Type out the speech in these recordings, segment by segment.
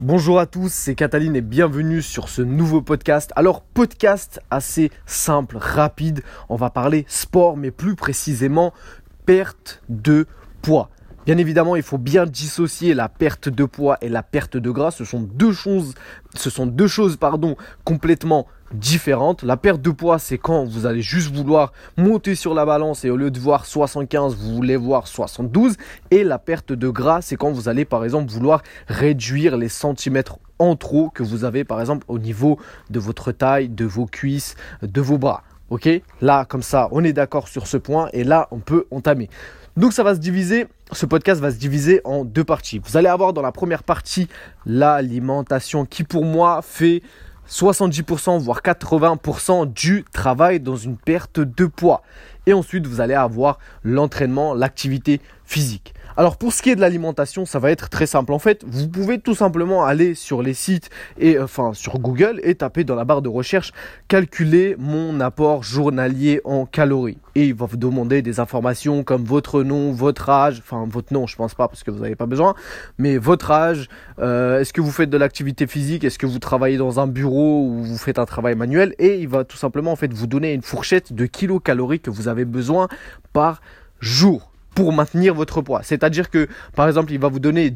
Bonjour à tous, c'est Cataline et bienvenue sur ce nouveau podcast. Alors, podcast assez simple, rapide. On va parler sport, mais plus précisément perte de poids. Bien évidemment, il faut bien dissocier la perte de poids et la perte de gras. Ce sont deux choses complètement différentes. La perte de poids, c'est quand vous allez juste vouloir monter sur la balance et au lieu de voir 75, vous voulez voir 72. Et la perte de gras, c'est quand vous allez par exemple vouloir réduire les centimètres en trop que vous avez par exemple au niveau de votre taille, de vos cuisses, de vos bras. Ok ? Là, comme ça, on est d'accord sur ce point et là, on peut entamer. Donc ce podcast va se diviser en deux parties. Vous allez avoir dans la première partie l'alimentation qui pour moi fait 70% voire 80% du travail dans une perte de poids. Et ensuite, vous allez avoir l'entraînement, l'activité physique. Alors pour ce qui est de l'alimentation, ça va être très simple. En fait, vous pouvez tout simplement aller sur les sites sur Google et taper dans la barre de recherche « Calculer mon apport journalier en calories ». Et il va vous demander des informations comme votre nom, votre âge, votre nom je pense pas parce que vous n'avez pas besoin, mais votre âge, est-ce que vous faites de l'activité physique, est-ce que vous travaillez dans un bureau ou vous faites un travail manuel, et il va tout simplement vous donner une fourchette de kilocalories que vous avez besoin par jour pour maintenir votre poids. C'est-à-dire que, par exemple, il va vous donner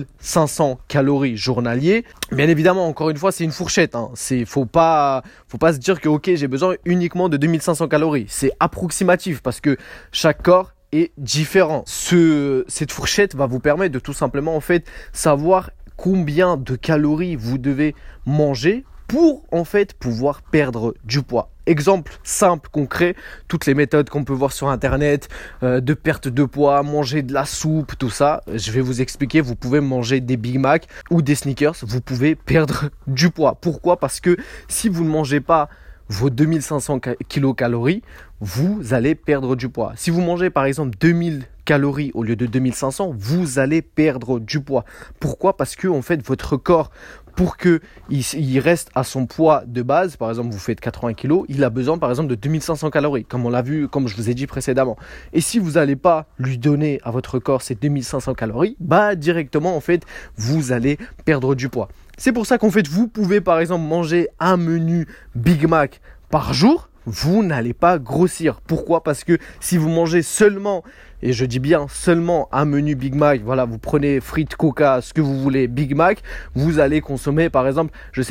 2500 calories journaliers. Bien évidemment, encore une fois, c'est une fourchette. Faut pas se dire que, ok, j'ai besoin uniquement de 2500 calories. C'est approximatif parce que chaque corps est différent. Cette fourchette va vous permettre de tout simplement, savoir combien de calories vous devez manger pour pouvoir perdre du poids. Exemple simple, concret, toutes les méthodes qu'on peut voir sur internet de perte de poids, manger de la soupe, tout ça, je vais vous expliquer. Vous pouvez manger des Big Mac ou des Snickers, vous pouvez perdre du poids. Pourquoi ? Parce que si vous ne mangez pas vos 2500 kilocalories, vous allez perdre du poids. Si vous mangez par exemple 2000 calories au lieu de 2500, vous allez perdre du poids. Pourquoi ? Parce que votre corps, pour qu'il reste à son poids de base, par exemple vous faites 80 kg, il a besoin par exemple de 2500 calories, comme on l'a vu, comme je vous ai dit précédemment. Et si vous n'allez pas lui donner à votre corps ces 2500 calories, directement vous allez perdre du poids. C'est pour ça vous pouvez par exemple manger un menu Big Mac par jour, vous n'allez pas grossir. Pourquoi ? Parce que si vous mangez seulement, et je dis bien seulement un menu Big Mac, vous prenez frites, coca, ce que vous voulez, Big Mac, vous allez consommer par exemple,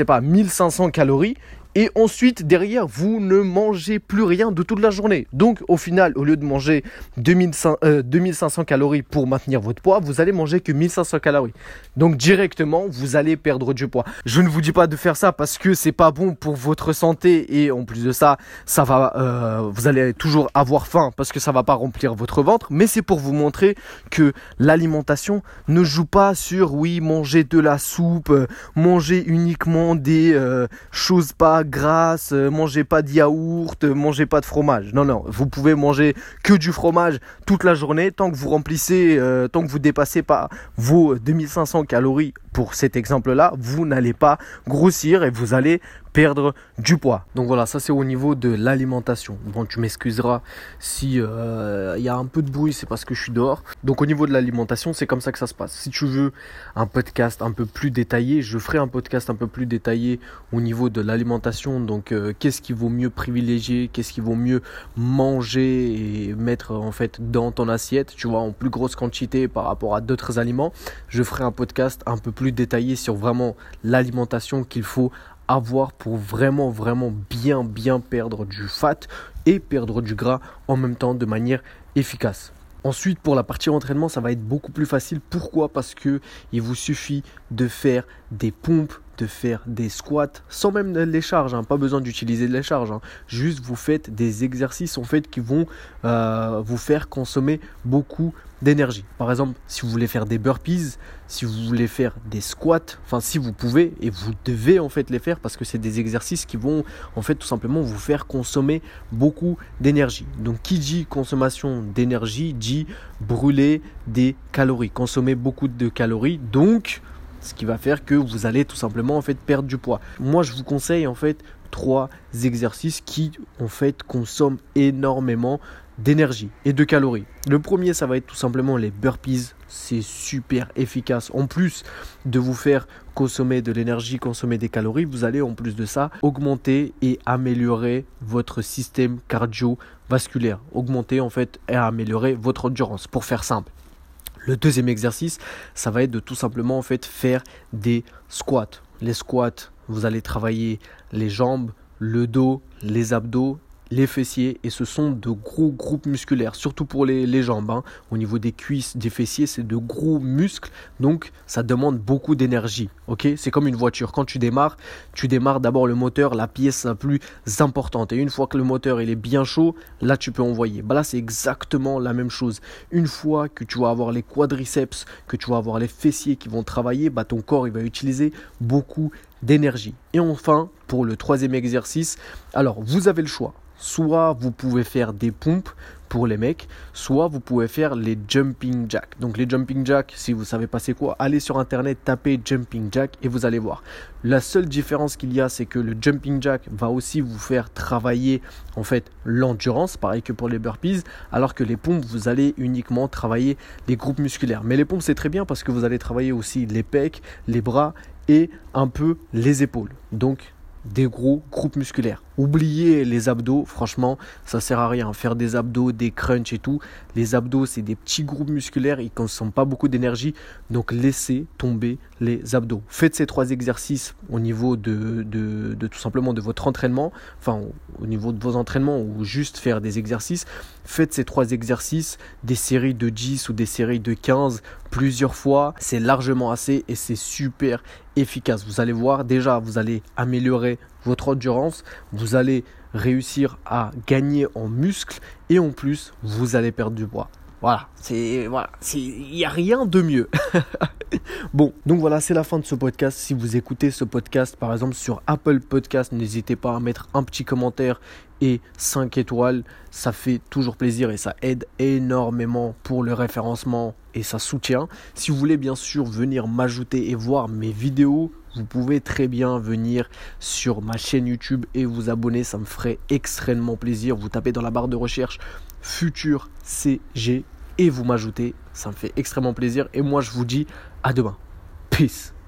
1500 calories. Et ensuite, derrière, vous ne mangez plus rien de toute la journée. Donc, au final, au lieu de manger 2500 calories pour maintenir votre poids, vous allez manger que 1500 calories. Donc, directement, vous allez perdre du poids. Je ne vous dis pas de faire ça parce que c'est pas bon pour votre santé. Et en plus de ça, vous allez toujours avoir faim parce que ça va pas remplir votre ventre. Mais c'est pour vous montrer que l'alimentation ne joue pas sur, manger de la soupe, manger uniquement des choses pas grasse, mangez pas de yaourt, mangez pas de fromage. Non, vous pouvez manger que du fromage toute la journée tant que vous dépassez pas vos 2500 calories. Pour cet exemple-là, vous n'allez pas grossir et vous allez perdre du poids. Donc voilà, ça c'est au niveau de l'alimentation. Bon, tu m'excuseras si y a un peu de bruit, c'est parce que je suis dehors. Donc au niveau de l'alimentation, c'est comme ça que ça se passe. Si tu veux un podcast un peu plus détaillé, je ferai un podcast un peu plus détaillé au niveau de l'alimentation. Donc qu'est-ce qu'il vaut mieux privilégier, qu'est-ce qu'il vaut mieux manger et mettre dans ton assiette, tu vois, en plus grosse quantité par rapport à d'autres aliments. Je ferai un podcast un peu plus détaillé sur vraiment l'alimentation qu'il faut avoir pour vraiment bien perdre du fat et perdre du gras en même temps de manière efficace. Ensuite, pour la partie entraînement, ça va être beaucoup plus facile. Pourquoi ? Parce que il vous suffit de faire des pompes, de faire des squats sans même les charges, pas besoin d'utiliser les charges, juste vous faites des exercices qui vont vous faire consommer beaucoup d'énergie. Par exemple, si vous voulez faire des burpees, si vous voulez faire des squats, si vous pouvez et vous devez les faire parce que c'est des exercices qui vont tout simplement vous faire consommer beaucoup d'énergie. Donc qui dit consommation d'énergie dit brûler des calories, consommer beaucoup de calories, donc ce qui va faire que vous allez tout simplement perdre du poids. Moi je vous conseille 3 exercices qui consomment énormément d'énergie et de calories. Le premier, ça va être tout simplement les burpees. C'est super efficace. En plus de vous faire consommer de l'énergie, consommer des calories, vous allez en plus de ça augmenter et améliorer votre système cardiovasculaire. Augmenter en fait et améliorer votre endurance, pour faire simple. Le deuxième exercice, ça va être de tout simplement en fait faire des squats. Les squats, vous allez travailler les jambes, le dos, les abdos, les fessiers, et ce sont de gros groupes musculaires, surtout pour les jambes. Au niveau des cuisses, des fessiers, c'est de gros muscles, donc ça demande beaucoup d'énergie. C'est comme une voiture, quand tu démarres d'abord le moteur, la pièce la plus importante, et une fois que le moteur il est bien chaud, là tu peux envoyer. Là c'est exactement la même chose. Une fois que tu vas avoir les quadriceps, que tu vas avoir les fessiers qui vont travailler, ton corps il va utiliser beaucoup d'énergie. Et enfin, pour le troisième exercice, alors vous avez le choix. Soit vous pouvez faire des pompes pour les mecs, soit vous pouvez faire les jumping jacks. Donc les jumping jacks, si vous ne savez pas c'est quoi, allez sur internet, tapez jumping jack et vous allez voir. La seule différence qu'il y a, c'est que le jumping jack va aussi vous faire travailler en fait l'endurance, pareil que pour les burpees, alors que les pompes, vous allez uniquement travailler les groupes musculaires. Mais les pompes, c'est très bien parce que vous allez travailler aussi les pecs, les bras et un peu les épaules. Donc des gros groupes musculaires. Oubliez les abdos, franchement, ça sert à rien. Faire des abdos, des crunchs et tout. Les abdos, c'est des petits groupes musculaires, ils ne consomment pas beaucoup d'énergie. Donc, laissez tomber les abdos. Faites ces 3 exercices au niveau de tout simplement de votre entraînement. Enfin, au niveau de vos entraînements ou juste faire des exercices. Faites ces 3 exercices, des séries de 10 ou des séries de 15 plusieurs fois. C'est largement assez et c'est super efficace. Vous allez voir, déjà, vous allez améliorer votre endurance, vous allez réussir à gagner en muscles et en plus, vous allez perdre du poids. Il n'y a rien de mieux. Bon, donc voilà, c'est la fin de ce podcast. Si vous écoutez ce podcast, par exemple, sur Apple Podcast, n'hésitez pas à mettre un petit commentaire et 5 étoiles. Ça fait toujours plaisir et ça aide énormément pour le référencement et ça soutient. Si vous voulez bien sûr venir m'ajouter et voir mes vidéos, vous pouvez très bien venir sur ma chaîne YouTube et vous abonner. Ça me ferait extrêmement plaisir. Vous tapez dans la barre de recherche Futur CG et vous m'ajoutez. Ça me fait extrêmement plaisir. Et moi, je vous dis à demain. Peace.